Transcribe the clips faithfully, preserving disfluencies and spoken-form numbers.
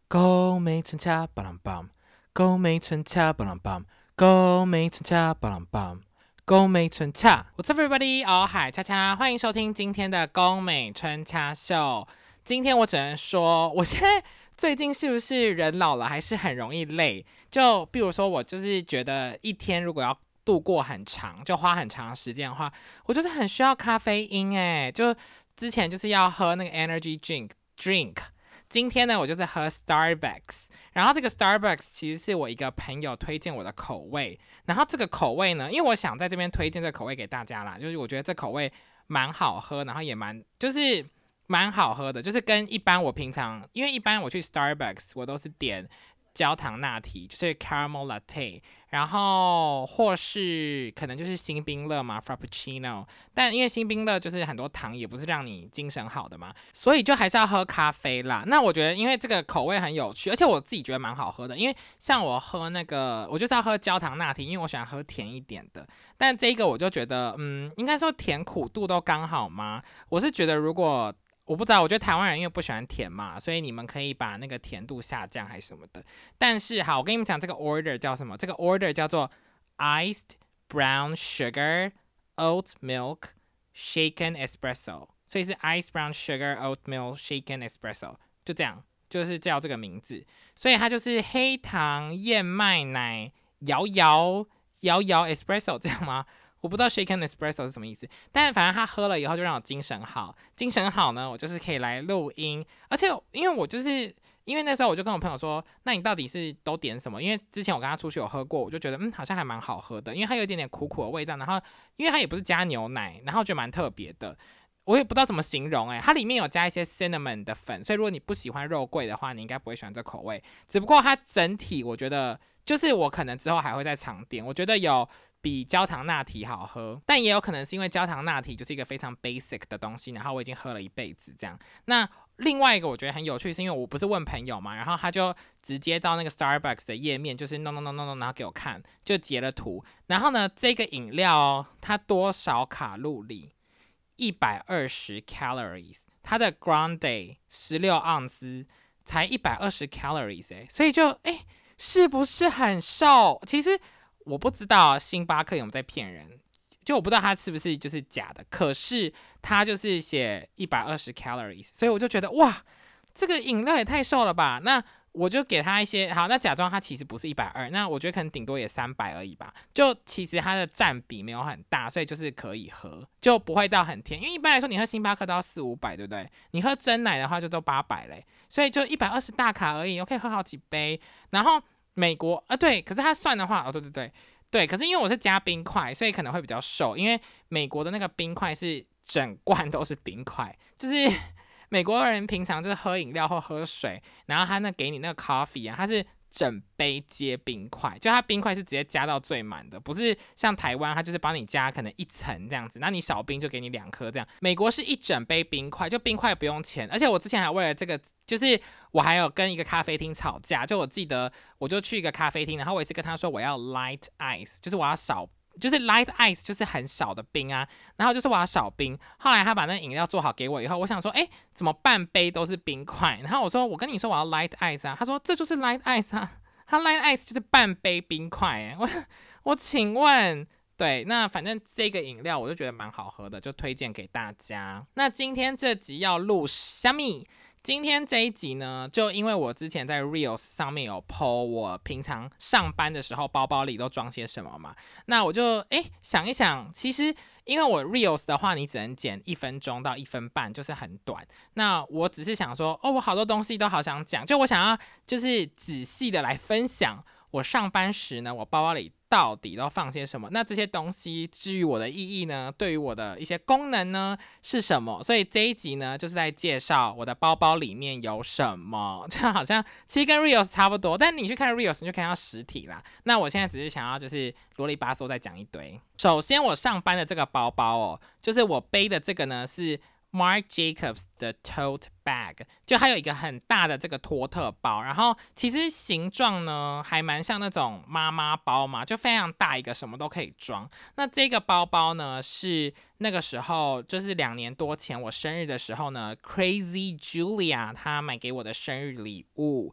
高美春恰巴朗邦，高美春恰巴朗邦，高美春恰巴朗邦，高美春恰。What's up, everybody？哦，嗨，恰恰，欢迎收听今天的宫美春恰秀。今天我只能说，我现在最近是不是人老了，还是很容易累？就比如说，我就是觉得一天如果要度过很长，就花很长时间的话，我就是很需要咖啡因哎。就之前就是要喝那个 energy drink drink。今天呢，我就是喝 Starbucks，然后这个 Starbucks 其实是我一个朋友推荐我的口味，然后这个口味呢，因为我想在这边推荐这个口味给大家啦，就是我觉得这口味蛮好喝，然后也蛮就是蛮好喝的，就是跟一般我平常，因为一般我去 Starbucks 我都是点焦糖拿铁，就是 caramel latte，然后或是可能就是星冰乐嘛 frappuccino，但因为星冰乐就是很多糖，也不是让你精神好的嘛，所以就还是要喝咖啡啦。那我觉得因为这个口味很有趣，而且我自己觉得蛮好喝的，因为像我喝那个，我就是要喝焦糖拿铁，因为我喜欢喝甜一点的。但这个我就觉得，嗯，应该说甜苦度都刚好吗？我是觉得如果我不知道，我觉得台湾人因为不喜欢甜嘛，所以你们可以把那个甜度下降还是什么的。但是好，我跟你们讲这个 order 叫什么？这个 order 叫做 iced brown sugar oat milk shaken espresso，所以是 iced brown sugar oat milk shaken espresso，就这样，就是叫这个名字。所以它就是黑糖燕麦奶摇摇摇摇 espresso 这样吗？我不知道 shaken espresso 是什么意思，但反正他喝了以后就让我精神好，精神好呢，我就是可以来录音，而且因为我就是因为那时候我就跟我朋友说，那你到底是都点什么？因为之前我跟他出去有喝过，我就觉得嗯好像还蛮好喝的，因为它有一点点苦苦的味道，然后因为它也不是加牛奶，然后觉得蛮特别的。我也不知道怎么形容哎、欸，它里面有加一些 cinnamon 的粉，所以如果你不喜欢肉桂的话，你应该不会喜欢这口味。只不过它整体我觉得，就是我可能之后还会再常点，我觉得有比焦糖拿铁好喝，但也有可能是因为焦糖拿铁就是一个非常 basic 的东西，然后我已经喝了一辈子这样。那另外一个我觉得很有趣，是因为我不是问朋友嘛，然后他就直接到那个 Starbucks 的页面，就是 no no no no no，然后给我看，就截了图。然后呢，这个饮料哦，它多少卡路里？一百二十 calories，它的 grande 十六盎司才一百二十 calories 哎、欸，所以就哎、欸，是不是很瘦？其实我不知道星巴克有没有在骗人，就我不知道它是不是就是假的，可是它就是写一百二十 calories，所以我就觉得哇，这个饮料也太瘦了吧？那我就给他一些好，那假装它其实不是一百二，那我觉得可能顶多也三百而已吧。就其实它的占比没有很大，所以就是可以喝，就不会到很甜。因为一般来说你喝星巴克都要四五百，对不对？你喝真奶的话就都八百嘞，所以就一百二十大卡而已，我可以喝好几杯。然后美国啊，对，可是它算的话，哦，对对对对，可是因为我是加冰块，所以可能会比较瘦，因为美国的那个冰块是整罐都是冰块，就是。美国人平常就是喝饮料或喝水，然后他那给你那个 coffee 啊，他是整杯接冰块，就他冰块是直接加到最满的，不是像台湾，他就是帮你加可能一层这样子，那你少冰就给你两颗这样。美国是一整杯冰块，就冰块不用钱，而且我之前还为了这个，就是我还有跟一个咖啡厅吵架，就我记得我就去一个咖啡厅，然后我也是跟他说我要 light ice，就是我要少。就是 light ice 就是很少的冰啊，然后就是我要少冰。后来他把那饮料做好给我以后，我想说，哎，怎么半杯都是冰块？然后我说，我跟你说我要 light ice 啊，他说这就是 light ice 啊，他 light ice 就是半杯冰块。哎，我我请问。对，那反正这个饮料我就觉得蛮好喝的，就推荐给大家。那今天这集要录虾米？今天这一集呢，就因为我之前在 Reels 上面有 po 我平常上班的时候包包里都装些什么嘛，那我就哎想一想，其实因为我 Reels 的话，你只能剪一分钟到一分半，就是很短。那我只是想说，哦，我好多东西都好想讲，就我想要就是仔细的来分享我上班时呢，我包包里到底都放些什么？那这些东西至于我的意义呢？对于我的一些功能呢是什么？所以这一集呢，就是在介绍我的包包里面有什么。这样好像其实跟 Reels 差不多，但你去看 Reels 你就看到实体啦。那我现在只是想要就是啰里吧嗦再讲一堆。首先我上班的这个包包哦，就是我背的这个呢是Marc Jacobs 的 tote bag， 就它有一个很大的这个托特包，然后其实形状呢还蛮像那种妈妈包嘛，就非常大一个，什么都可以装。那这个包包呢是那个时候就是两年多前我生日的时候呢 ，Crazy Julia 她买给我的生日礼物。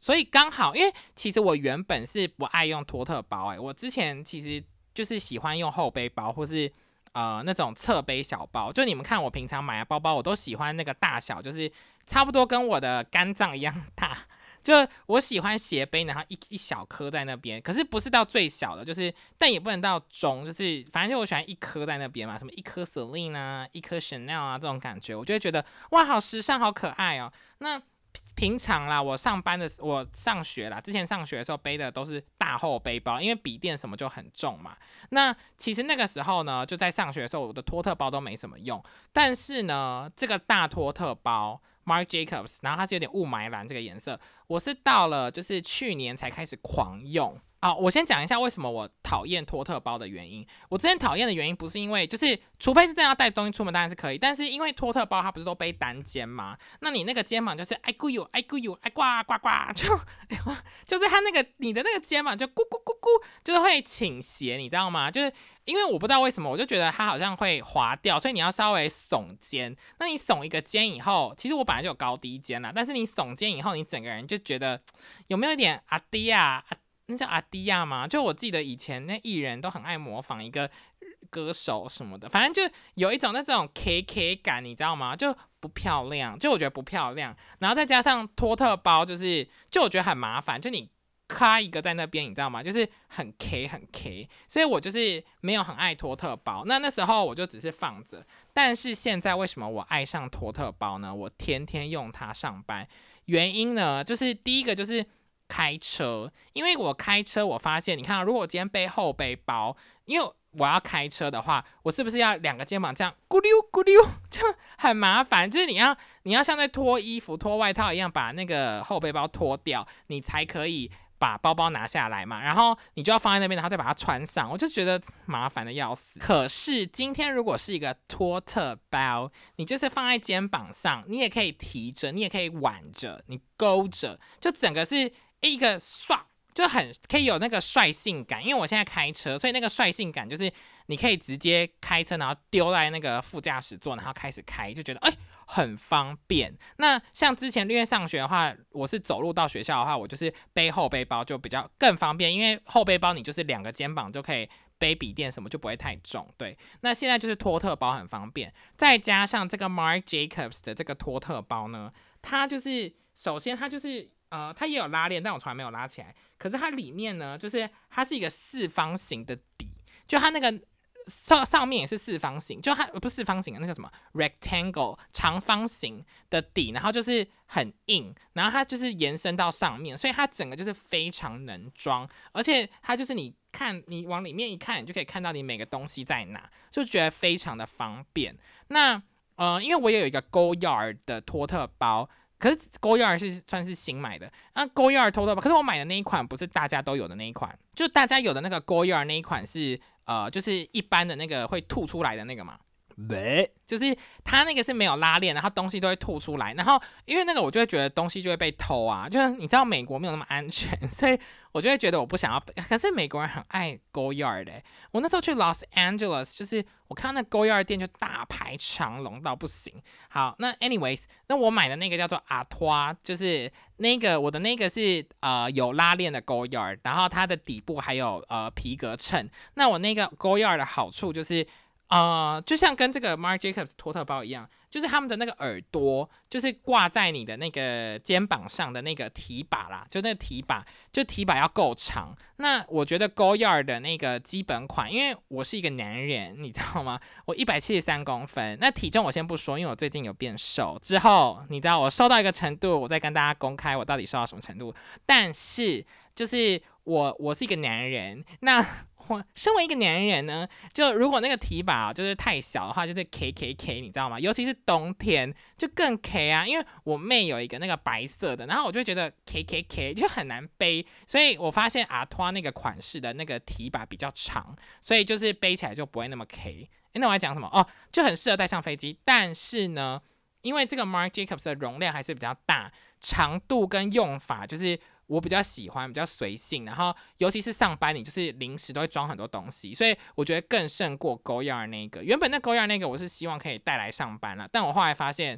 所以刚好，因为其实我原本是不爱用托特包、欸，我之前其实就是喜欢用后背包或是呃那种侧背小包，就你们看我平常买的包包，我都喜欢那个大小，就是差不多跟我的肝脏一样大。就我喜欢斜背，然后一一小颗在那边，可是不是到最小的，就是但也不能到中，就是反正就我喜欢一颗在那边嘛，什么一颗 Celine 啊，一颗 Chanel 啊这种感觉，我就会觉得哇，好时尚，好可爱哦。那平常啦，我上班的我上学啦，之前上学的时候背的都是大厚背包，因为笔电什么就很重嘛。那其实那个时候呢，就在上学的时候，我的托特包都没什么用，但是呢，这个大托特包。Marc Jacobs， 然后它是有点雾霾蓝这个颜色，我是到了就是去年才开始狂用啊。我先讲一下为什么我讨厌托特包的原因。我之前讨厌的原因不是因为就是除非是这样要带东西出门当然是可以，但是因为托特包它不是都背单肩吗？那你那个肩膀就是哎咕呦哎咕呦哎呱呱呱，就就是它那个你的那个肩膀就咕咕咕咕，就是会倾斜，你知道吗？就是因为我不知道为什么，我就觉得它好像会滑掉，所以你要稍微耸肩。那你耸一个肩以后，其实我本来就有高低肩啦，但是你耸肩以后，你整个人就觉得有没有一点阿迪亚？那叫阿迪亚吗？就我记得以前那艺人都很爱模仿一个歌手什么的，反正就有一种那种 K K 感，你知道吗？就不漂亮，就我觉得不漂亮。然后再加上托特包，就是就我觉得很麻烦，就你。卡一个在那边，你知道吗？就是很 K 很 K， 所以我就是没有很爱托特包。那那时候我就只是放着，但是现在为什么我爱上托特包呢？我天天用它上班，原因呢，就是第一个就是开车，因为我开车，我发现你看，如果我今天背后背包，因为我要开车的话，我是不是要两个肩膀这样咕溜咕溜，这样很麻烦？就是你要你要像在脱衣服、脱外套一样，把那个后背包脱掉，你才可以。把包包拿下来嘛，然后你就要放在那边，然后再把它穿上，我就觉得麻烦的要死。可是今天如果是一个托特包，你就是放在肩膀上，你也可以提着，你也可以挽着，你勾着，就整个是一个刷，就很可以有那个率性感。因为我现在开车，所以那个率性感就是你可以直接开车，然后丢在那个副驾驶座，然后开始开，就觉得哎。欸很方便。那像之前因为上学的话，我是走路到学校的话，我就是背后背包就比较更方便，因为后背包你就是两个肩膀就可以背笔电什么就不会太重。对，那现在就是托特包很方便，再加上这个 Marc Jacobs 的这个托特包呢，它就是首先它就是呃它也有拉链，但我从来没有拉起来。可是它里面呢，就是它是一个四方形的底，就它那个。上上面也是四方形，就它不是四方形，那叫什么 rectangle 长方形的底，然后就是很硬，然后它就是延伸到上面，所以它整个就是非常能装，而且它就是你看你往里面一看，你就可以看到你每个东西在哪，就觉得非常的方便。那呃，因为我也有一个 Goyard 的托特包。可是 Goyard 是算是新买的，那 Goyard 托特包，可是我买的那一款不是大家都有的那一款，就大家有的那个 Goyard 那一款是呃，就是一般的那个会吐出来的那个嘛，就是它那个是没有拉链，然后东西都会吐出来，然后因为那个我就会觉得东西就会被偷啊，就是你知道美国没有那么安全，所以我就会觉得我不想要。可是美国人很爱 Goyard 欸，我那时候去 Los Angeles， 就是我看到那 Goyard 店就大排长龙到不行。好，那 anyways， 那我买的那个叫做 Artois， 就是那个我的那个是呃有拉链的 Goyard， 然后它的底部还有呃皮革衬。那我那个 Goyard 的好处就是。呃，就像跟这个 Marc Jacobs 托特包一样，就是他们的那个耳朵，就是挂在你的那个肩膀上的那个提把啦，就那个提把，就提把要够长。那我觉得 Goyard 的那个基本款，因为我是一个男人，你知道吗？我一百七十三公分，那体重我先不说，因为我最近有变瘦。之后你知道我瘦到一个程度，我再跟大家公开我到底瘦到什么程度。但是就是我我是一个男人，那。我身为一个男人呢，就如果那个提把就是太小的话，就是 K K K， 你知道吗？尤其是冬天就更 K 啊，因为我妹有一个那个白色的，然后我就觉得 K K K 就很难背，所以我发现阿托那个款式的那个提把比较长，所以就是背起来就不会那么 K。欸，那我要讲什么？哦，就很适合带上飞机，但是呢，因为这个 Marc Jacobs 的容量还是比较大，长度跟用法就是。我比较喜欢比较随性，然后尤其是上班，你就是临时都会装很多东西，所以我觉得更胜过 Goyard 那个。原本那 Goyard 那个我是希望可以带来上班了，但我后来发现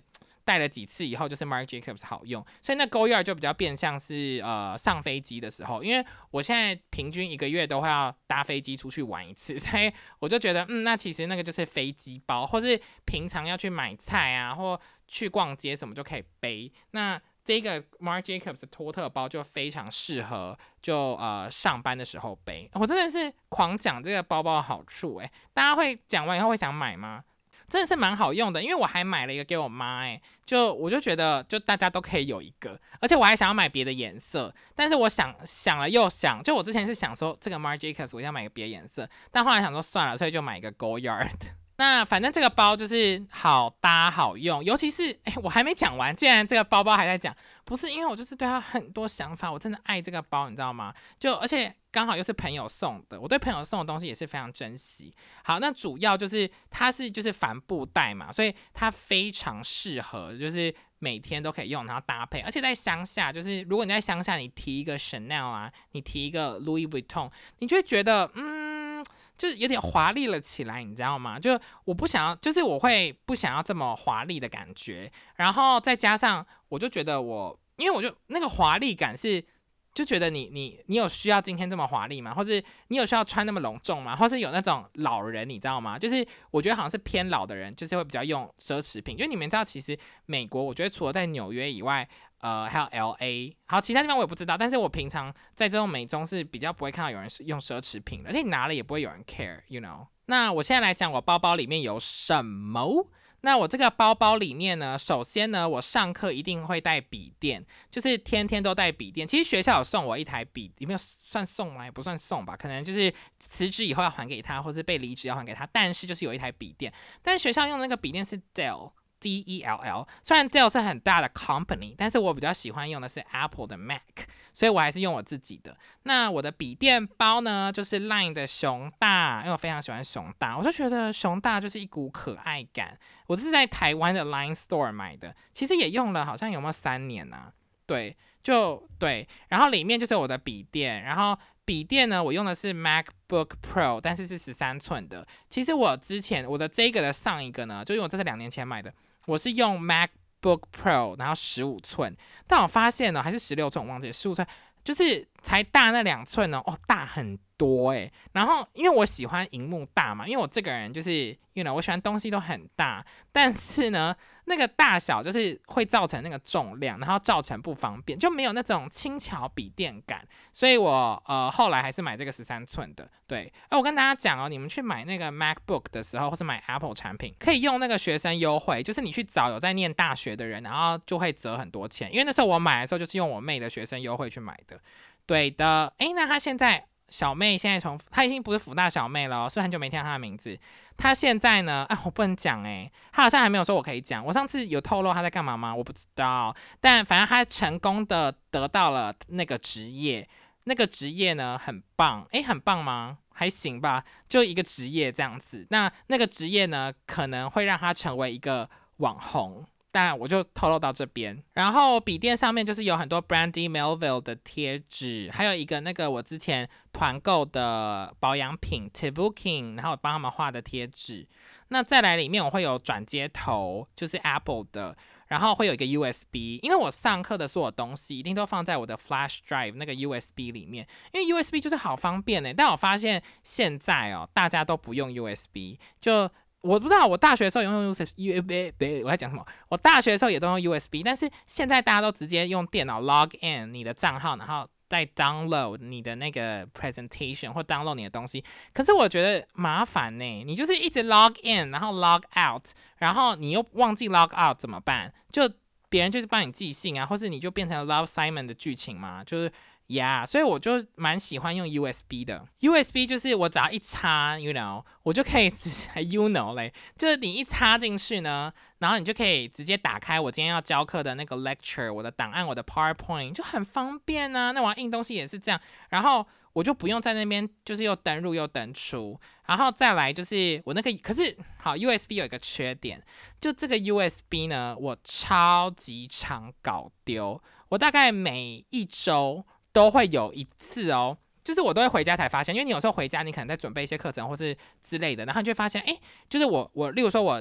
带了几次以后，就是 Marc Jacobs 好用，所以那 Goyard 就比较变相是呃上飞机的时候，因为我现在平均一个月都会要搭飞机出去玩一次，所以我就觉得嗯，那其实那个就是飞机包，或是平常要去买菜啊，或去逛街什么就可以背。那这个 Marc Jacobs 的托特包就非常适合就呃上班的时候背。我真的是狂讲这个包包的好处哎，大家会讲完以后会想买吗？真的是蛮好用的，因为我还买了一个给我妈哎，就我就觉得就大家都可以有一个，而且我还想要买别的颜色，但是我想想了又想，就我之前是想说这个 Marc Jacobs 我一定要买个别的颜色，但后来想说算了，所以就买一个 Goyard。那反正这个包就是好搭好用，尤其是哎，我还没讲完，既然这个包包还在讲，不是因为我就是对它很多想法，我真的爱这个包，你知道吗？就而且刚好又是朋友送的，我对朋友送的东西也是非常珍惜。好，那主要就是它是就是帆布袋嘛，所以它非常适合就是每天都可以用，然后搭配。而且在乡下，就是如果你在乡下，你提一个 Chanel 啊，你提一个 Louis Vuitton， 你就会觉得嗯。就是有点华丽了起来，你知道吗？就我不想要，就是我会不想要这么华丽的感觉，然后再加上我就觉得我，因为我就那个华丽感是，就觉得你你你有需要今天这么华丽吗？或是你有需要穿那么隆重吗？或是有那种老人，你知道吗？就是我觉得好像是偏老的人，就是会比较用奢侈品，因为你们知道，其实美国，我觉得除了在纽约以外。呃，还有 L A， 好，其他地方我也不知道，但是我平常在这种美中是比较不会看到有人用奢侈品的，而且你拿了也不会有人 care，you know。那我现在来讲我包包里面有什么？那我这个包包里面呢，首先呢，我上课一定会带笔电，就是天天都带笔电。其实学校有送我一台笔，有没有算送吗？也不算送吧，可能就是辞职以后要还给他，或是被离职要还给他。但是就是有一台笔电，但是学校用的那个笔电是 Dell。D E L L， 虽然 Dell 是很大的 company， 但是我比较喜欢用的是 Apple 的 Mac， 所以我还是用我自己的。那我的笔电包呢，就是 Line 的熊大，因为我非常喜欢熊大，我就觉得熊大就是一股可爱感。我是在台湾的 Line Store 买的，其实也用了好像有没有三年啊？对，就对。然后里面就是我的笔电，然后笔电呢，我用的是 MacBook Pro， 但是是十三寸的。其实我之前我的这个的上一个呢，就因为我这是两年前买的。我是用 MacBook Pro， 然后十五寸，但我发现呢，还是十六寸，我忘记了，十五寸就是才大那两寸呢，哦，大很多哎。然后因为我喜欢荧幕大嘛，因为我这个人就是，you know，我喜欢东西都很大，但是呢，那个大小就是会造成那个重量，然后造成不方便，就没有那种轻巧笔电感。所以我呃后来还是买这个十三寸的。对，哎，我跟大家讲哦，你们去买那个 MacBook 的时候，或是买 Apple 产品，可以用那个学生优惠，就是你去找有在念大学的人，然后就会折很多钱。因为那时候我买的时候就是用我妹的学生优惠去买的。对的，哎，那她现在小妹现在从她已经不是辅大小妹了，所以很久没听到她的名字。她现在呢，哎，我不能讲哎，她好像还没有说我可以讲。我上次有透露她在干嘛吗？我不知道，但反正她成功的得到了那个职业。那个职业呢很棒，诶，很棒吗？还行吧，就一个职业这样子。那那个职业呢，可能会让他成为一个网红，但我就透露到这边。然后笔电上面就是有很多 Brandy Melville 的贴纸，还有一个那个我之前团购的保养品 Tivuking， 然后我帮他们画的贴纸。那再来里面我会有转接头，就是 Apple 的。然后会有一个 U S B， 因为我上课的所有东西一定都放在我的 Flash Drive 那个 U S B 里面，因为 U S B 就是好方便耶。但我发现现在哦，大家都不用 U S B， 就我不知道我大学的时候用 U S B， 我在讲什么？我大学的时候也都用 U S B， 但是现在大家都直接用电脑 log in 你的账号，然后再 download 你的那个 presentation 或 download 你的东西，可是我觉得麻烦呢，你就是一直 log in， 然后 log out， 然后你又忘记 log out 怎么办？就别人就是帮你寄信啊，或是你就变成 Love Simon 的剧情嘛，就是呀，yeah， 所以我就蛮喜欢用 U S B 的。U S B 就是我只要一插 ，you know， 我就可以直接 you know 嘞，就是你一插进去呢，然后你就可以直接打开我今天要教课的那个 lecture， 我的档案，我的 PowerPoint 就很方便啊。那我要印东西也是这样，然后我就不用在那边就是又登入又登出，然后再来就是我那个，可是好 U S B 有一个缺点，就这个 U S B 呢，我超级常搞丢，我大概每一周都会有一次哦，就是我都会回家才发现，因为你有时候回家，你可能在准备一些课程或是之类的，然后你就会发现，哎，就是我我，例如说我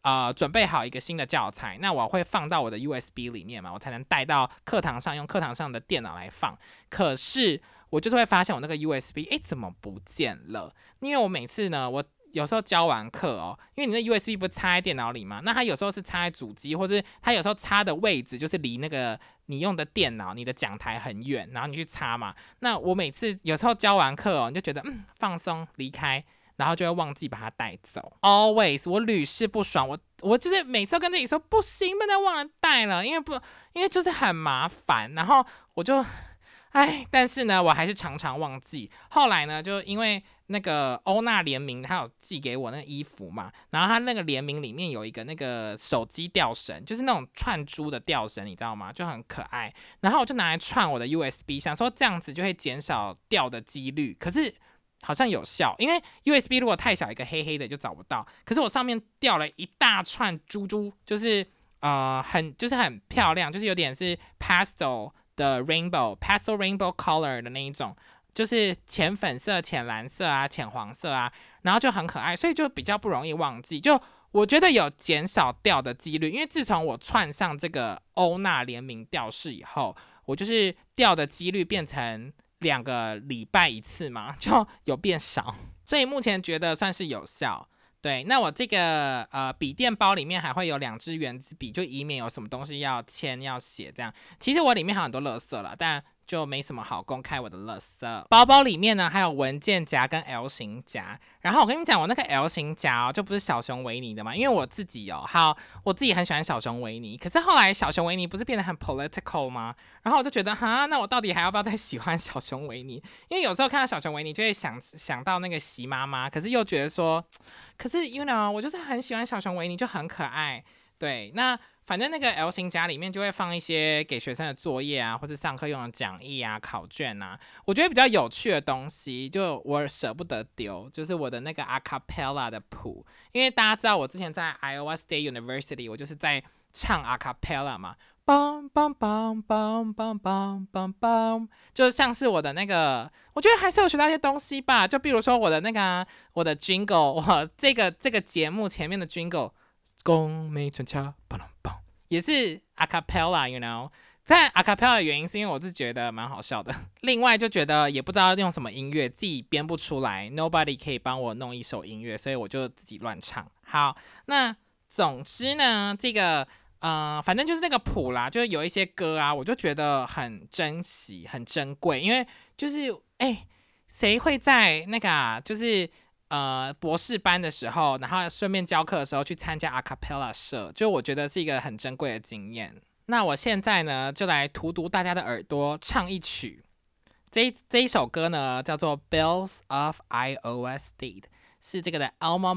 呃准备好一个新的教材，那我会放到我的 U S B 里面嘛，我才能带到课堂上，用课堂上的电脑来放。可是我就是会发现我那个 U S B 哎怎么不见了？因为我每次呢，我有时候教完课哦，因为你的 U S B 不是插在电脑里嘛，那它有时候是插在主机，或是它有时候插的位置就是离那个你用的电脑、你的讲台很远，然后你去插嘛。那我每次有时候教完课哦，你就觉得嗯放松离开。然后就会忘记把它带走 ，always 我屡试不爽，我我就是每次都跟自己说不行，不能忘了带了，因为不因为就是很麻烦，然后我就，哎，但是呢，我还是常常忘记。后来呢，就因为那个欧娜联名，他有寄给我那个衣服嘛，然后他那个联名里面有一个那个手机吊绳，就是那种串珠的吊绳，你知道吗？就很可爱，然后我就拿来串我的 U S B， 想说这样子就会减少掉的几率，可是。好像有效，因为 U S B 如果太小，一个黑黑的就找不到。可是我上面掉了一大串珠珠，就是呃很就是很漂亮，就是有点是 pastel 的 rainbow pastel rainbow color 的那一种，就是浅粉色、浅蓝色啊、浅黄色啊，然后就很可爱，所以就比较不容易忘记。就我觉得有减少掉的几率，因为自从我串上这个欧娜联名吊饰以后，我就是掉的几率变成。两个礼拜一次嘛，就有变少，所以目前觉得算是有效。对，那我这个呃笔电包里面还会有两支原子笔，就以免有什么东西要签要写这样。其实我里面还有很多垃圾了，但就没什么好公开我的垃圾。包包里面呢还有文件夹跟 L 型夹，然后我跟你讲，我那个 L 型夹哦，就不是小熊维尼的嘛，因为我自己哦，好，我自己很喜欢小熊维尼，可是后来小熊维尼不是变得很 political 吗？然后我就觉得哈，那我到底还要不要再喜欢小熊维尼？因为有时候看到小熊维尼就会想想到那个席妈妈，可是又觉得说，可是 you know 我就是很喜欢小熊维尼，就很可爱。对，那反正那个 L 型夹里面就会放一些给学生的作业啊，或是上课用的讲义啊、考卷啊，我觉得比较有趣的东西，就我舍不得丢，就是我的那个 a cappella 的谱，因为大家知道我之前在 Iowa State University， 我就是在唱 a cappella 嘛。梆梆梆梆梆梆梆梆，就像是我的那个，我觉得还是有学到一些东西吧。就比如说我的那个、啊、我的 jingle， 我这个这个节目前面的 jingle， 宫美春恰梆梆，也是 a cappella，you know。但 a cappella 的原因是因为我是觉得蛮好笑的，另外就觉得也不知道用什么音乐，自己编不出来 ，nobody 可以帮我弄一首音乐，所以我就自己乱唱。好，那总之呢，这个。呃，反正就是那个谱啦，就是有一些歌啊，我就觉得很珍惜、很珍贵，因为就是哎，谁会在那个啊，就是呃博士班的时候，然后顺便教课的时候去参加 a cappella 社，就我觉得是一个很珍贵的经验。那我现在呢，就来荼毒大家的耳朵，唱一曲。这一这一首歌呢，叫做《Bells of Iowa State》，是这个的 alma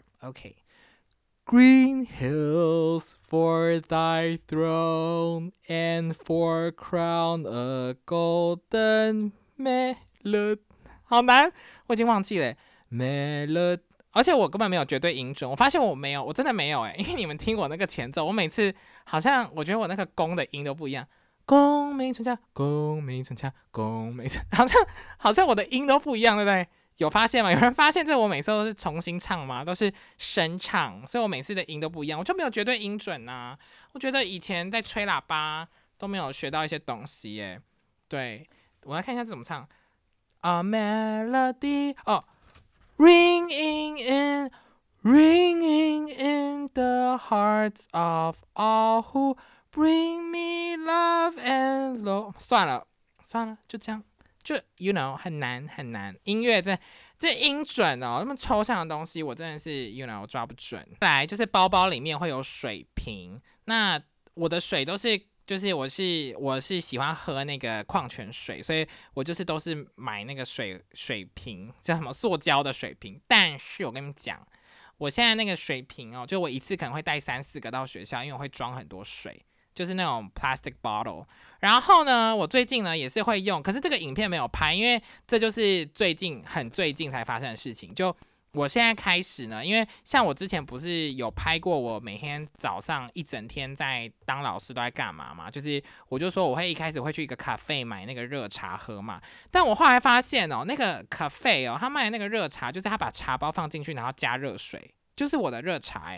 mater。OK。Green hills for thy throne, and for crown a golden melody。好难，我已经忘记了 melody， 而且我根本没有绝对音准。我发现我没有，我真的没有哎，因为你们听我那个前奏，我每次好像我觉得我那个弓的音都不一样，宫美春恰，宫美春恰，宫美春，好像好像我的音都不一样，对不对？有发现吗？有人发现这我每次都是重新唱吗？都是声唱，所以我每次的音都不一样，我就没有绝对音准啊。我觉得以前在吹喇叭都没有学到一些东西耶。对，我来看一下这怎么唱。A melody， 哦 ，ringing in ringing in the hearts of all who bring me love and love。算了算了，就这样。就 you know 很难很难，音乐这这音准哦，那么抽象的东西我真的是 you know 抓不准。再来就是包包里面会有水瓶，那我的水都是就是我是我是喜欢喝那个矿泉水，所以我就是都是买那个水水瓶，叫什么塑胶的水瓶。但是我跟你们讲，我现在那个水瓶哦，就我一次可能会带三四个到学校，因为我会装很多水。就是那种 plastic bottle， 然后呢，我最近呢也是会用，可是这个影片没有拍，因为这就是最近很最近才发生的事情。就我现在开始呢，因为像我之前不是有拍过，我每天早上一整天在当老师都在干嘛嘛？就是我就说我会一开始会去一个 cafe 买那个热茶喝嘛，但我后来发现哦，那个 cafe 哦，他卖的那个热茶就是他把茶包放进去，然后加热水，就是我的热茶哎、欸。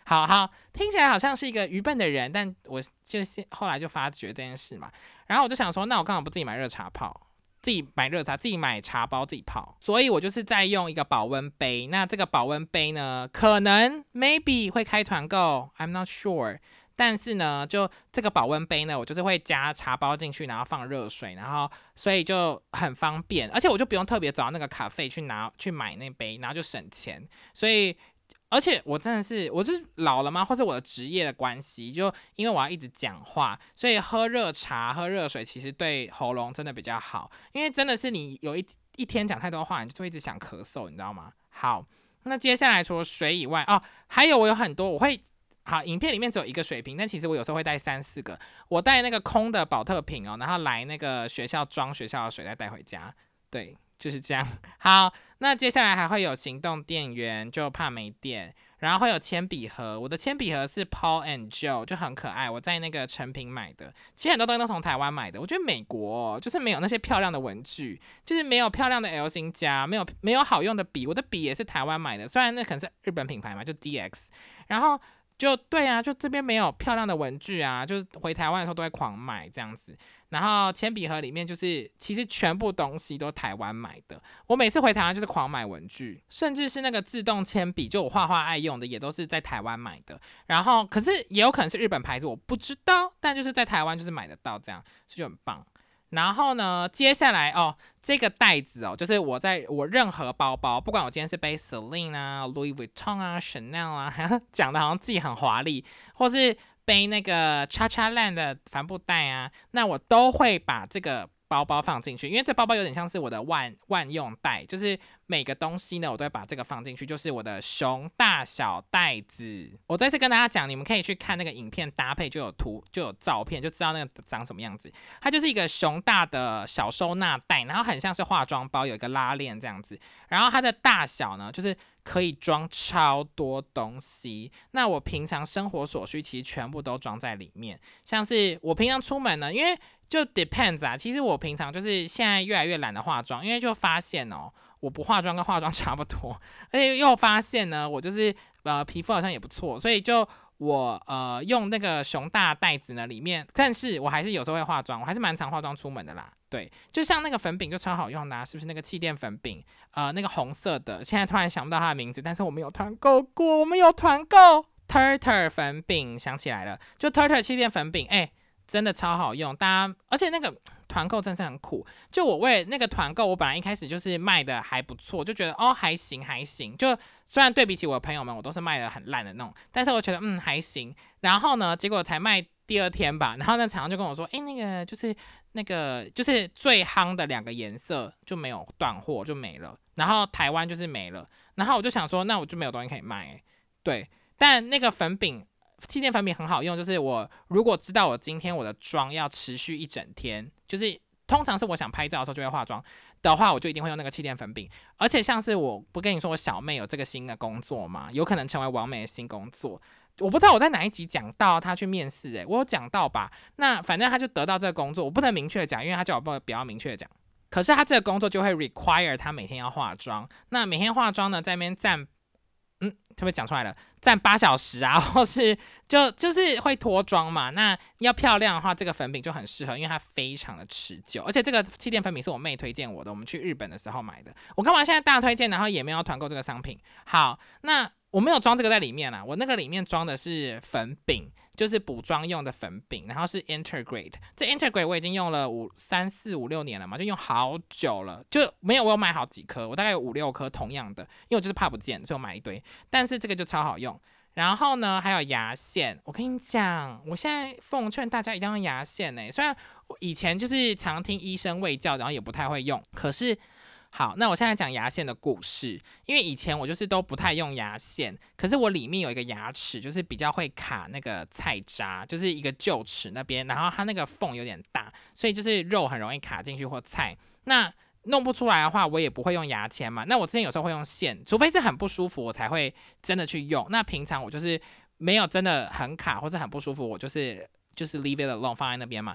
好好，听起来好像是一个愚笨的人，但我就是后来就发觉这件事嘛，然后我就想说，那我干嘛不自己买热茶泡？自己买热茶，自己买茶包自己泡，所以我就是在用一个保温杯。那这个保温杯呢，可能 maybe 会开团购 ，I'm not sure。但是呢，就这个保温杯呢，我就是会加茶包进去，然后放热水，然后所以就很方便，而且我就不用特别找那个咖啡去拿去买那杯，然后就省钱。所以而且我真的是，我是老了吗？或是我的职业的关系，就因为我要一直讲话，所以喝热茶、喝热水其实对喉咙真的比较好。因为真的是你有一一天讲太多话，你就会一直想咳嗽，你知道吗？好，那接下来除了水以外，哦，还有我有很多，我会好，影片里面只有一个水瓶，但其实我有时候会带三四个，我带那个空的保特瓶哦，然后来那个学校装学校的水再带回家，对。就是这样。好，那接下来还会有行动电源，就怕没电。然后会有铅笔盒，我的铅笔盒是 Paul and Joe， 就很可爱。我在那个成品买的，其实很多东西都从台湾买的。我觉得美国、哦、就是没有那些漂亮的文具，就是没有漂亮的 L 型夹，没有没有好用的笔。我的笔也是台湾买的，虽然那可能是日本品牌嘛，就 D X。然后就对啊，就这边没有漂亮的文具啊，就是回台湾的时候都会狂买这样子。然后铅笔盒里面就是其实全部东西都台湾买的，我每次回台湾就是狂买文具，甚至是那个自动铅笔，就我画画爱用的也都是在台湾买的。然后可是也有可能是日本牌子，我不知道，但就是在台湾就是买得到这样，所以就很棒。然后呢，接下来哦，这个袋子哦，就是我在我任何包包，不管我今天是背 Celine 啊、Louis Vuitton 啊、Chanel 啊，讲的好像自己很华丽，或是背那个 Cha Cha Land 的帆布袋啊，那我都会把这个包包放进去，因为这包包有点像是我的万万用袋，就是每个东西呢，我都会把这个放进去，就是我的熊大小袋子。我再次跟大家讲，你们可以去看那个影片搭配，就有图就有照片，就知道那个长什么样子。它就是一个熊大的小收纳袋，然后很像是化妆包，有一个拉链这样子。然后它的大小呢，就是可以装超多东西。那我平常生活所需其实全部都装在里面，像是我平常出门呢，因为就 depends 啊，其实我平常就是现在越来越懒得化妆，因为就发现哦，我不化妆跟化妆差不多，而且又发现呢，我就是呃皮肤好像也不错，所以就我呃用那个熊大袋子呢里面，但是我还是有时候会化妆，我还是蛮常化妆出门的啦。对，就像那个粉饼就超好用的、啊，是不是那个气垫粉饼？呃，那个红色的，现在突然想不到它的名字，但是我们有团购过，我们有团购 Turtle 粉饼，想起来了，就 Turtle 气垫粉饼，哎、欸，真的超好用，大家，而且那个团购真是很苦。就我为那个团购，我本来一开始就是卖的还不错，就觉得哦还行还行，就虽然对比起我的朋友们，我都是卖的很烂的那种，但是我觉得嗯还行。然后呢，结果才卖第二天吧，然后那厂商就跟我说，哎、欸，那个就是那个就是最夯的两个颜色就没有断货就没了，然后台湾就是没了，然后我就想说，那我就没有东西可以卖、欸，对，但那个粉饼。气垫粉饼很好用，就是我如果知道我今天我的妆要持续一整天，就是通常是我想拍照的时候就会化妆的话，我就一定会用那个气垫粉饼。而且像是我不跟你说我小妹有这个新的工作嘛，有可能成为网美的新工作。我不知道我在哪一集讲到她去面试，诶，我有讲到吧？那反正她就得到这个工作，我不能明确讲，因为她叫我不比较明确讲。可是她这个工作就会 require 她每天要化妆，那每天化妆呢，在那边站。嗯，特别讲出来了，站八小时啊，或是就就是会脱妆嘛。那要漂亮的话，这个粉饼就很适合，因为它非常的持久。而且这个气垫粉饼是我妹推荐我的，我们去日本的时候买的。我干嘛现在大推荐，然后也没有团购这个商品。好，那我没有装这个在里面啦，我那个里面装的是粉饼，就是补妆用的粉饼，然后是 Integrate。这 Integrate 我已经用了五三四五六年了嘛，就用好久了，就没有我有买好几颗，我大概有五六颗同样的，因为我就是怕不见，所以我买一堆。但是这个就超好用。然后呢，还有牙线，我跟你讲，我现在奉劝大家一定要用牙线呢、欸。虽然我以前就是常听医生卫教，然后也不太会用，可是。好，那我现在讲牙线的故事，因为以前我就是都不太用牙线，可是我里面有一个牙齿，就是比较会卡那个菜渣，就是一个臼齿那边，然后它那个缝有点大，所以就是肉很容易卡进去或菜。那弄不出来的话，我也不会用牙签嘛。那我之前有时候会用线，除非是很不舒服，我才会真的去用。那平常我就是没有真的很卡或是很不舒服，我就是就是 leave it alone 放在那边嘛。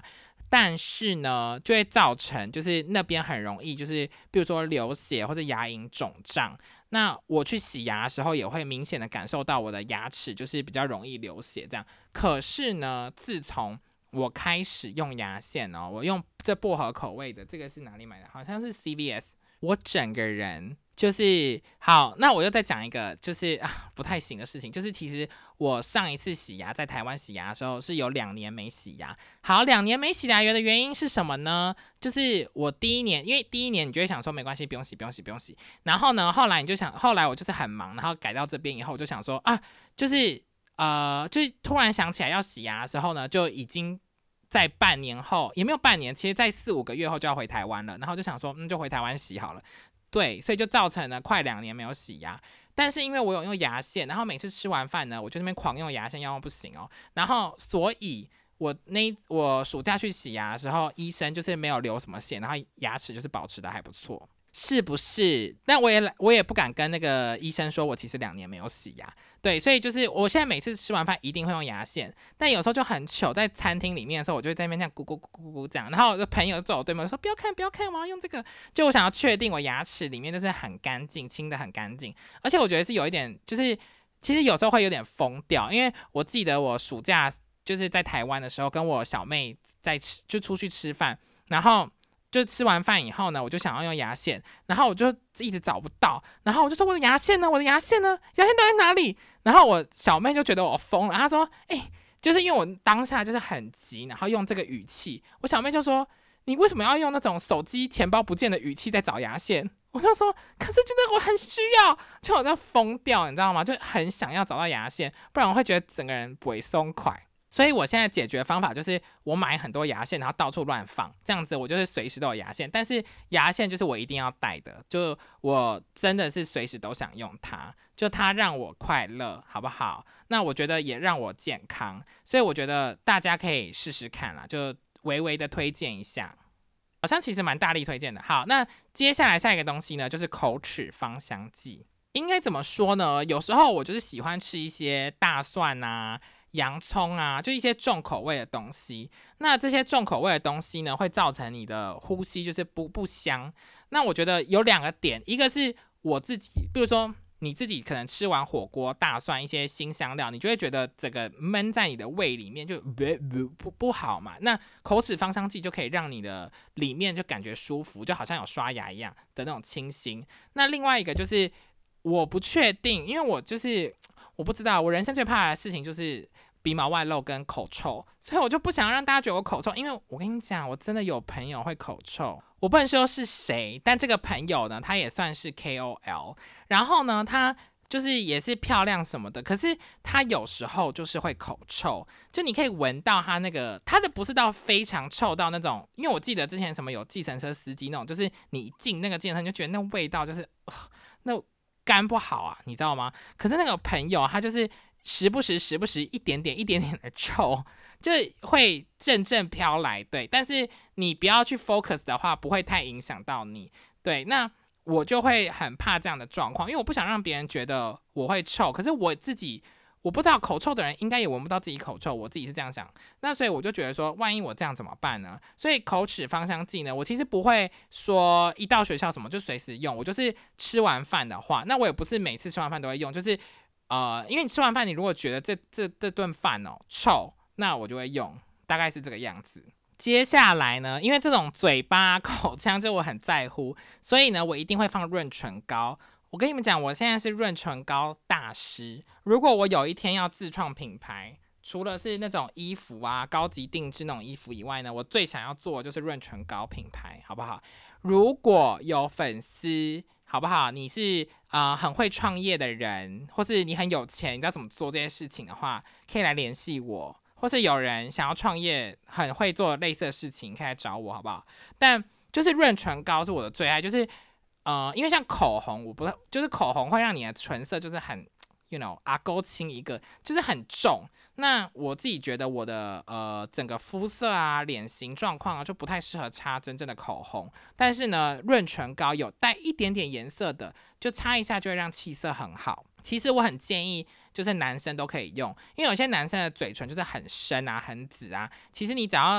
但是呢，就会造成就是那边很容易就是比如说流血或者牙龈肿胀。那我去洗牙的时候也会明显的感受到我的牙齿就是比较容易流血这样。可是呢，自从我开始用牙线哦，我用这薄荷口味的，这个是哪里买的？好像是 C V S。我整个人就是好，那我又再讲一个就是啊不太行的事情，就是其实我上一次洗牙在台湾洗牙的时候是有两年没洗牙。好，两年没洗牙的原因是什么呢？就是我第一年，因为第一年你就会想说没关系，不用洗，不用洗，不用洗。然后呢，后来你就想，后来我就是很忙，然后改到这边以后，我就想说啊，就是呃，就是突然想起来要洗牙的时候呢，就已经。在半年后也没有半年，其实在四五个月后就要回台湾了，然后就想说，嗯，就回台湾洗好了，对，所以就造成了快两年没有洗牙。但是因为我有用牙线，然后每次吃完饭呢，我就那边狂用牙线，要用不行哦。然后所以我那我暑假去洗牙的时候，医生就是没有留什么线，然后牙齿就是保持的还不错。是不是？但我也我也不敢跟那个医生说，我其实两年没有洗牙，对，所以就是我现在每次吃完饭一定会用牙线，但有时候就很糗，在餐厅里面的时候，我就会在那边这样咕咕咕咕咕这样，然后我的朋友就坐我对面说不要看不要看，我要用这个，就我想要确定我牙齿里面就是很干净，清的很干净，而且我觉得是有一点，就是其实有时候会有点疯掉，因为我记得我暑假就是在台湾的时候，跟我小妹在吃，就出去吃饭，然后。就吃完饭以后呢，我就想要用牙线，然后我就一直找不到，然后我就说我的牙线呢？我的牙线呢？牙线都在哪里？然后我小妹就觉得我疯了，她说：“哎、欸，就是因为我当下就是很急，然后用这个语气，我小妹就说：你为什么要用那种手机钱包不见的语气在找牙线？”我就说：“可是真的我很需要，就我在疯掉，你知道吗？就很想要找到牙线，不然我会觉得整个人不会松快。”所以我现在解决方法就是我买很多牙线，然后到处乱放，这样子我就是随时都有牙线。但是牙线就是我一定要带的，就我真的是随时都想用它，就它让我快乐，好不好？那我觉得也让我健康，所以我觉得大家可以试试看啦，就微微的推荐一下，好像其实蛮大力推荐的。好，那接下来下一个东西呢，就是口齿芳香剂。应该怎么说呢？有时候我就是喜欢吃一些大蒜啊。洋葱啊，就一些重口味的东西。那这些重口味的东西呢，会造成你的呼吸就是不不香。那我觉得有两个点，一个是我自己，比如说你自己可能吃完火锅、大蒜一些辛香料，你就会觉得整个闷在你的胃里面就不不不好嘛。那口齿芳香剂就可以让你的里面就感觉舒服，就好像有刷牙一样的那种清新。那另外一个就是我不确定，因为我就是我不知道，我人生最怕的事情就是鼻毛外露跟口臭，所以我就不想让大家觉得我口臭，因为我跟你讲，我真的有朋友会口臭，我不能说是谁，但这个朋友呢，他也算是 K O L， 然后呢，他就是也是漂亮什么的，可是他有时候就是会口臭，就你可以闻到他那个他的不是到非常臭到那种，因为我记得之前什么有计程车司机那种，就是你一进那个计程车你就觉得那味道就是、呃、那肝不好啊，你知道吗？可是那个朋友他就是时不时时不时一点点一点点的臭，就会阵阵飘来，对，但是你不要去 focus 的话，不会太影响到你，对，那我就会很怕这样的状况，因为我不想让别人觉得我会臭，可是我自己我不知道口臭的人应该也闻不到自己口臭，我自己是这样想，那所以我就觉得说，万一我这样怎么办呢？所以口齿芳香剂呢，我其实不会说一到学校什么就随时用，我就是吃完饭的话，那我也不是每次吃完饭都会用，就是呃，因为你吃完饭，你如果觉得这这这顿饭哦臭，那我就会用，大概是这个样子。接下来呢，因为这种嘴巴口腔就我很在乎，所以呢，我一定会放润唇膏。我跟你们讲，我现在是润唇膏大师。如果我有一天要自创品牌，除了是那种衣服啊、高级定制那种衣服以外呢，我最想要做的就是润唇膏品牌，好不好？如果有粉丝，好不好？你是呃很会创业的人，或是你很有钱，你知道怎么做这些事情的话，可以来联系我。或是有人想要创业，很会做类似的事情，可以来找我，好不好？但就是润唇膏是我的最爱，就是呃，因为像口红，我不就是口红会让你的唇色就是很 ，you know， 啊勾清一个，就是很重。那我自己觉得我的呃整个肤色啊、脸型状况啊，就不太适合擦真正的口红。但是呢，润唇膏有带一点点颜色的，就擦一下就会让气色很好。其实我很建议，就是男生都可以用，因为有些男生的嘴唇就是很深啊、很紫啊。其实你只要，或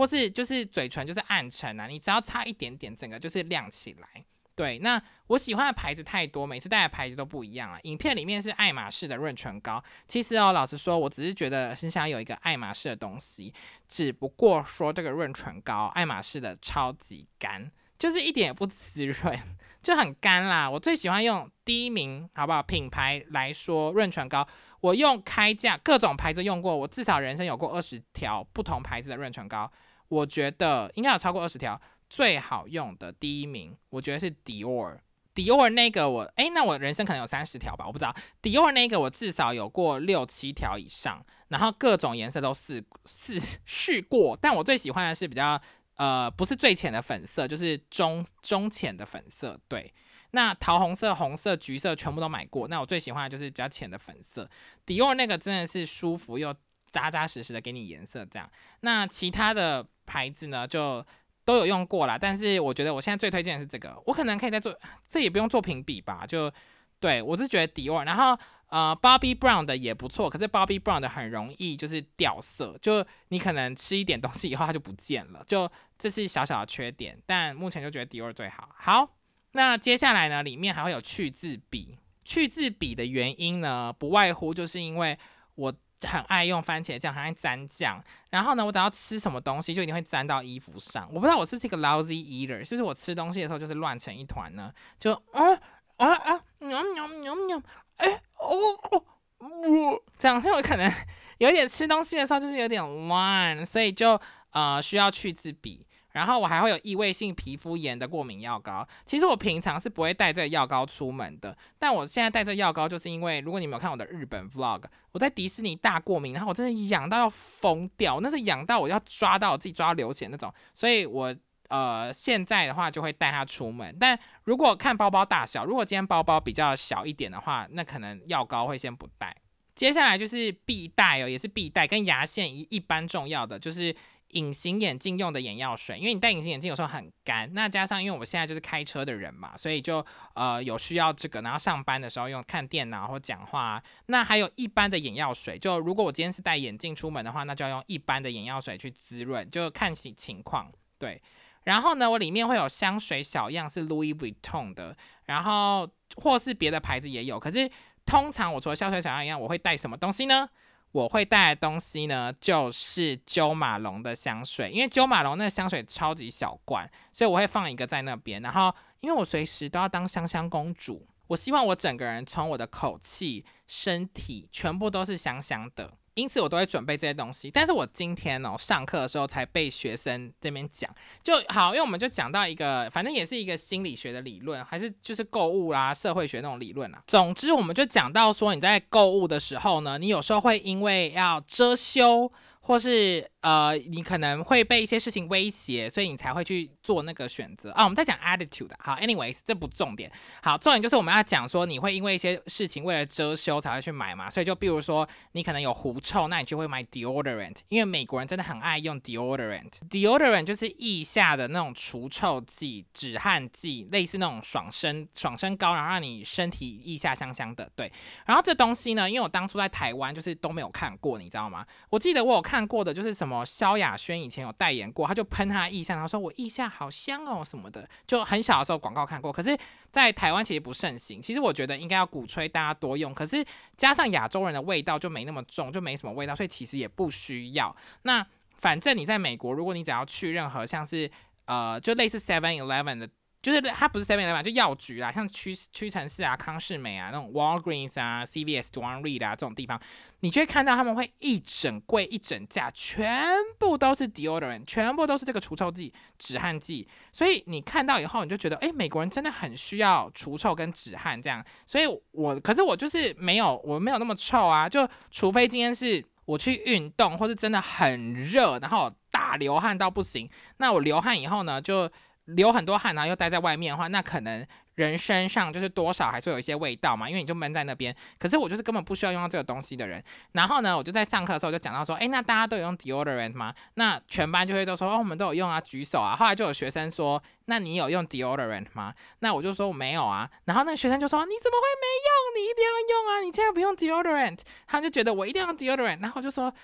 或是就是嘴唇就是暗沉啊，你只要擦一点点，整个就是亮起来。对，那我喜欢的牌子太多，每次带的牌子都不一样啊。影片里面是爱马仕的润唇膏，其实哦，老实说，我只是觉得很想有一个爱马仕的东西，只不过说这个润唇膏，爱马仕的超级干，就是一点也不滋润，就很干啦。我最喜欢用第一名，好不好？品牌来说，润唇膏，我用开价各种牌子用过，我至少人生有过二十条不同牌子的润唇膏，我觉得应该有超过二十条。最好用的第一名，我觉得是 Dior。Dior 那个我，哎，那我人生可能有三十条吧，我不知道。Dior 那个我至少有过六七条以上，然后各种颜色都试试试过，但我最喜欢的是比较呃不是最浅的粉色，就是中中浅的粉色。对，那桃红色、红色、橘色全部都买过，那我最喜欢的就是比较浅的粉色。Dior 那个真的是舒服又扎扎实实的给你颜色这样。那其他的牌子呢，就都有用过啦，但是我觉得我现在最推荐的是这个，我可能可以再做，这也不用做评比吧，就对我是觉得 Dior， 然后呃 Bobbi Brown 的也不错，可是 Bobbi Brown 的很容易就是掉色，就你可能吃一点东西以后它就不见了，就这是小小的缺点，但目前就觉得 Dior 最好。好，那接下来呢，里面还会有去渍笔，去渍笔的原因呢，不外乎就是因为我很爱用番茄酱，很爱沾酱。然后呢，我只要吃什么东西，就一定会沾到衣服上。我不知道我是不是一个 lousy eater， 是不是我吃东西的时候就是乱成一团呢？就啊啊啊，喵喵喵喵，哎哦哦，这样就有可能有点吃东西的时候就是有点乱，所以就呃需要去渍笔。然后我还会有异位性皮肤炎的过敏药膏。其实我平常是不会带这个药膏出门的，但我现在带这个药膏，就是因为如果你没有看我的日本 vlog， 我在迪士尼大过敏，然后我真的痒到要疯掉，那是痒到我要抓到我自己抓到流血那种，所以我呃现在的话就会带它出门。但如果看包包大小，如果今天包包比较小一点的话，那可能药膏会先不带。接下来就是必带哦，也是必带，跟牙线一一般重要的就是隐形眼镜用的眼药水，因为你戴隐形眼镜有时候很干，那加上因为我现在就是开车的人嘛，所以就呃有需要这个，然后上班的时候用看电脑或讲话啊，那还有一般的眼药水，就如果我今天是戴眼镜出门的话，那就要用一般的眼药水去滋润，就看情况。对，然后呢，我里面会有香水小样是 Louis Vuitton 的，然后或是别的牌子也有，可是通常我除了香水小样一样，我会带什么东西呢？我会带的东西呢，就是Jo Malone的香水，因为Jo Malone那个香水超级小罐，所以我会放一个在那边。然后，因为我随时都要当香香公主，我希望我整个人从我的口气、身体全部都是香香的。因此我都会准备这些东西，但是我今天哦上课的时候才被学生这边讲就好，因为我们就讲到一个，反正也是一个心理学的理论，还是就是购物啦、社会学那种理论啦。总之我们就讲到说，你在购物的时候呢，你有时候会因为要遮羞，或是呃你可能会被一些事情威胁，所以你才会去做那个选择啊。我们在讲 attitude， 好 ，anyways 这不重点，好，重点就是我们要讲说你会因为一些事情为了遮羞才会去买嘛，所以就比如说你可能有狐臭，那你就会买 deodorant， 因为美国人真的很爱用 deodorant。deodorant 就是腋下的那种除臭剂、止汗剂，类似那种爽身爽身膏，然后让你身体腋下香香的。对，然后这东西呢，因为我当初在台湾就是都没有看过，你知道吗？我记得我有看过的就是什么萧亚轩以前有代言过，他就喷他腋下，然后说我腋下好香哦什么的，就很小的时候广告看过，可是在台湾其实不盛行。其实我觉得应该要鼓吹大家多用，可是加上亚洲人的味道就没那么重，就没什么味道，所以其实也不需要。那反正你在美国，如果你只要去任何像是呃就类似 seven eleven 的，就是它不是 seven eleven 就药局啦，像屈屈臣氏啊、康士美啊那种 Walgreens 啊、C V S、Duane Reade 啊这种地方，你就会看到他们会一整柜一整架，全部都是 deodorant， 全部都是这个除臭剂、止汗剂。所以你看到以后，你就觉得，哎，美国人真的很需要除臭跟止汗这样。所以我，可是我就是没有，我没有那么臭啊，就除非今天是我去运动，或是真的很热，然后大流汗到不行，那我流汗以后呢，就流很多汗，然后又待在外面的话，那可能人身上就是多少还是有一些味道嘛，因为你就闷在那边。可是我就是根本不需要用到这个东西的人。然后呢，我就在上课的时候就讲到说，哎，那大家都有用 deodorant 吗？那全班就会都说，哦，我们都有用啊，举手啊。后来就有学生说，那你有用 deodorant 吗？那我就说我没有啊。然后那个学生就说，你怎么会没用？你一定要用啊！你现在不用 deodorant，他就觉得我一定要用 deodorant。然后我就说，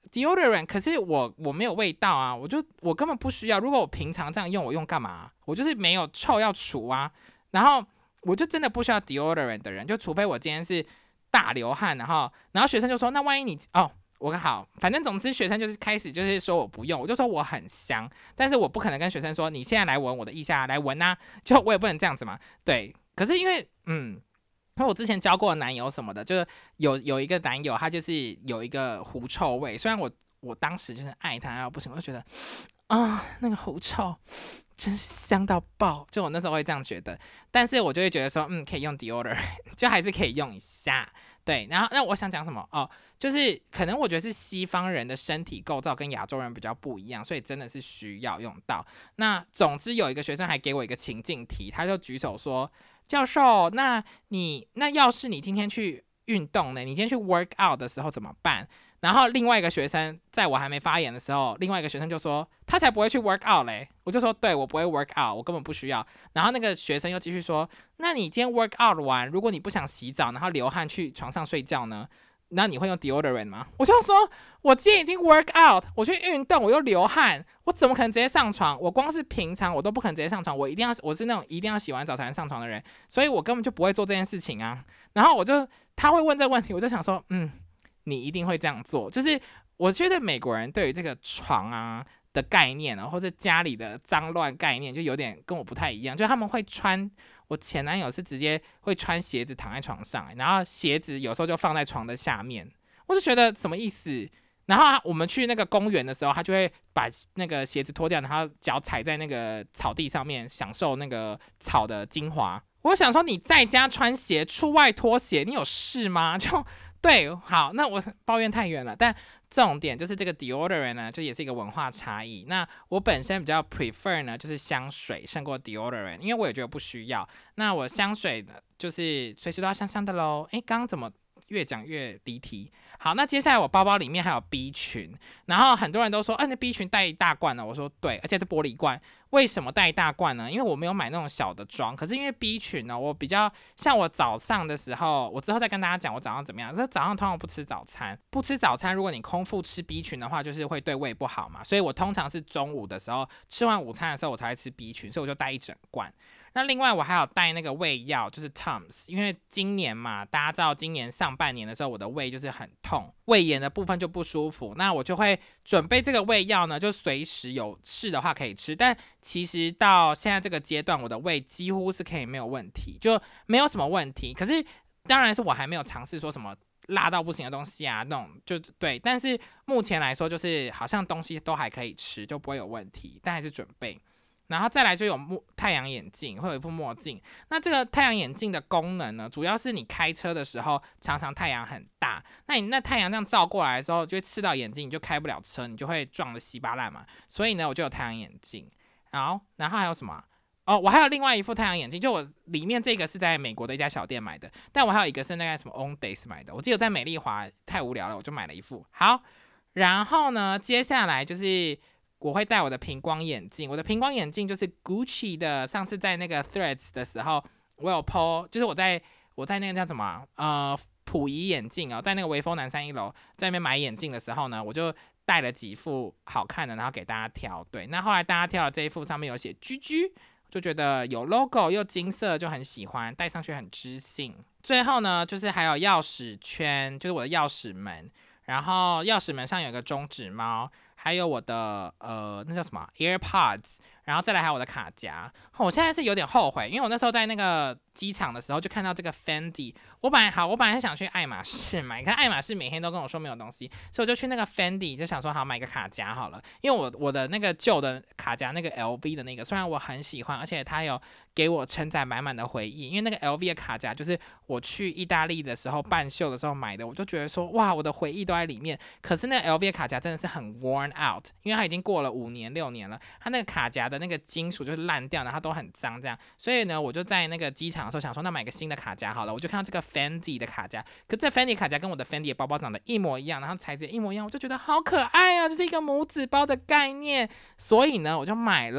deodorant， 可是我我没有味道啊，我就我根本不需要。如果我平常这样用，我用干嘛？我就是没有臭要除啊。然后我就真的不需要 deodorant 的人，就除非我今天是大流汗，然后然后学生就说，那万一你哦。我好，反正总之学生就是开始就是说我不用，我就说我很香，但是我不可能跟学生说你现在来闻我的腋下，来闻啊，就我也不能这样子嘛，对。可是因为嗯，因为我之前交过的男友什么的，就是有有一个男友他就是有一个狐臭味，虽然我我当时就是爱他要不行，我就觉得啊、那个狐臭真是香到爆，就我那时候会这样觉得，但是我就会觉得说嗯可以用 deodorant， 就还是可以用一下。对，然后那我想讲什么哦，就是可能我觉得是西方人的身体构造跟亚洲人比较不一样，所以真的是需要用到。那总之有一个学生还给我一个情境题，他就举手说：教授，那你那要是你今天去运动呢？你今天去 work out 的时候怎么办？然后另外一个学生在我还没发言的时候，另外一个学生就说他才不会去 work out 嘞，我就说对，我不会 work out， 我根本不需要。然后那个学生又继续说，那你今天 work out 完，如果你不想洗澡，然后流汗去床上睡觉呢？那你会用 deodorant 吗？我就说，我今天已经 work out， 我去运动，我又流汗，我怎么可能直接上床？我光是平常我都不可能直接上床，我一定要，我是那种一定要洗完澡才能上床的人，所以我根本就不会做这件事情啊。然后我就他会问这个问题，我就想说，嗯。你一定会这样做，就是我觉得美国人对于这个床啊的概念啊，或者家里的脏乱概念，就有点跟我不太一样。就他们会穿，我前男友是直接会穿鞋子躺在床上，然后鞋子有时候就放在床的下面，我就觉得什么意思？然后我们去那个公园的时候，他就会把那个鞋子脱掉，然后脚踩在那个草地上面，享受那个草的精华。我想说，你在家穿鞋，出外脱鞋，你有事吗？就对，好，那我抱怨太远了，但重点就是这个 deodorant 呢，就也是一个文化差异。那我本身比较 prefer 呢，就是香水胜过 deodorant， 因为我也觉得不需要。那我香水的就是随时都要香香的咯。诶，刚刚怎么越讲越离题？好，那接下来我包包里面还有 B 群，然后很多人都说，哎、啊，那 B 群带一大罐呢。我说对，而且是玻璃罐。为什么带一大罐呢？因为我没有买那种小的装，可是因为 B 群呢，我比较像我早上的时候，我之后再跟大家讲我早上怎么样。这早上通常不吃早餐，不吃早餐，如果你空腹吃 B 群的话，就是会对胃不好嘛。所以我通常是中午的时候吃完午餐的时候，我才会吃 B 群，所以我就带一整罐。那另外我还有带那个胃药，就是 Tums， 因为今年嘛，大家知道今年上半年的时候，我的胃就是很痛，胃炎的部分就不舒服，那我就会准备这个胃药呢，就随时有事的话可以吃。但其实到现在这个阶段，我的胃几乎是可以没有问题，就没有什么问题。可是当然是我还没有尝试说什么辣到不行的东西啊，那种就对。但是目前来说，就是好像东西都还可以吃，就不会有问题，但还是准备。然后再来就有太阳眼镜，会有一副墨镜。那这个太阳眼镜的功能呢，主要是你开车的时候常常太阳很大，那你那太阳这样照过来的时候，就会刺到眼睛，你就开不了车，你就会撞得稀巴烂嘛。所以呢，我就有太阳眼镜。好，然后还有什么？哦，我还有另外一副太阳眼镜，就我里面这个是在美国的一家小店买的，但我还有一个是那个什么 Ondays 买的。我记得在美丽华太无聊了，我就买了一副。好，然后呢，接下来就是我会戴我的平光眼镜，我的平光眼镜就是 Gucci 的。上次在那个 Threads 的时候，我有 po， 就是我在我在那个叫什么呃溥仪眼镜哦，在那个微风南山一楼在那边买眼镜的时候呢，我就带了几副好看的，然后给大家挑。对，那后来大家挑的这一副上面有写 G G， 就觉得有 logo 又金色，就很喜欢，戴上去很知性。最后呢，就是还有钥匙圈，就是我的钥匙门，然后钥匙门上有一个中指猫。还有我的呃，那叫什么 AirPods， 然后再来还有我的卡夹。我现在是有点后悔，因为我那时候在那个机场的时候就看到这个 Fendi， 我本来好，我本来是想去爱马仕买，你看爱马仕每天都跟我说没有东西，所以我就去那个 Fendi， 就想说好买个卡夹好了，因为我我的那个旧的卡夹那个 L V 的那个，虽然我很喜欢，而且它有给我承载满满的回忆，因为那个 L V 的卡夹就是我去意大利的时候办秀的时候买的，我就觉得说哇，我的回忆都在里面。可是那个 L V 的卡夹真的是很 worn out， 因为它已经过了五年六年了，它那个卡夹的那个金属就是烂掉，然后都很脏这样。所以呢，我就在那个机场的时候想说，那买个新的卡夹好了。我就看到这个 Fendi 的卡夹，可这 Fendi 卡夹跟我的 Fendi 的包包长得一模一样，然后材质也一模一样，我就觉得好可爱啊，这是一个母子包的概念。所以呢，我就买了。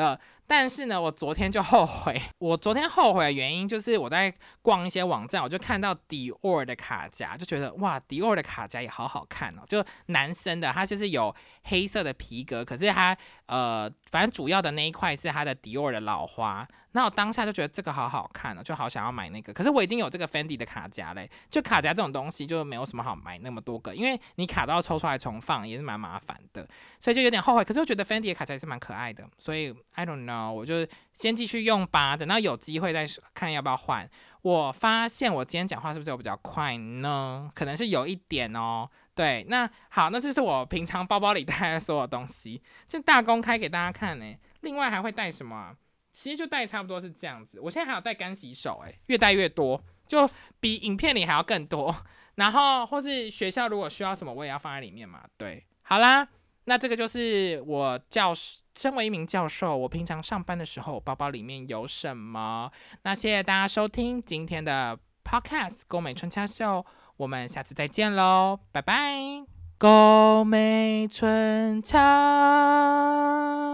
但是呢，我昨天就后悔。我昨天后悔的原因就是我在逛一些网站，我就看到迪奥的卡夹，就觉得哇，迪奥的卡夹也好好看哦。就男生的，它就是有黑色的皮革，可是它呃，反正主要的那一块是它的迪奥的老花。那我当下就觉得这个好好看哦，就好想要买那个。可是我已经有这个 Fendi 的卡夹嘞，就卡夹这种东西就没有什么好买那么多个，因为你卡都要抽出来重放，也是蛮麻烦的，所以就有点后悔。可是我觉得 Fendi 的卡夹也是蛮可爱的，所以 I don't know， 我就先继续用吧，等到有机会再看要不要换。我发现我今天讲话是不是有比较快呢？可能是有一点哦。对，那好，那这是我平常包包里带的所有东西，就大公开给大家看呢。另外还会带什么啊？其实就带差不多是这样子。我现在还有带干洗手、欸，越带越多，就比影片里还要更多。然后或是学校如果需要什么，我也要放在里面嘛。对，好啦，那这个就是我教身为一名教授，我平常上班的时候，包包里面有什么。那谢谢大家收听今天的 Podcast 宫美春恰秀，我们下次再见喽，拜拜。宫美春恰。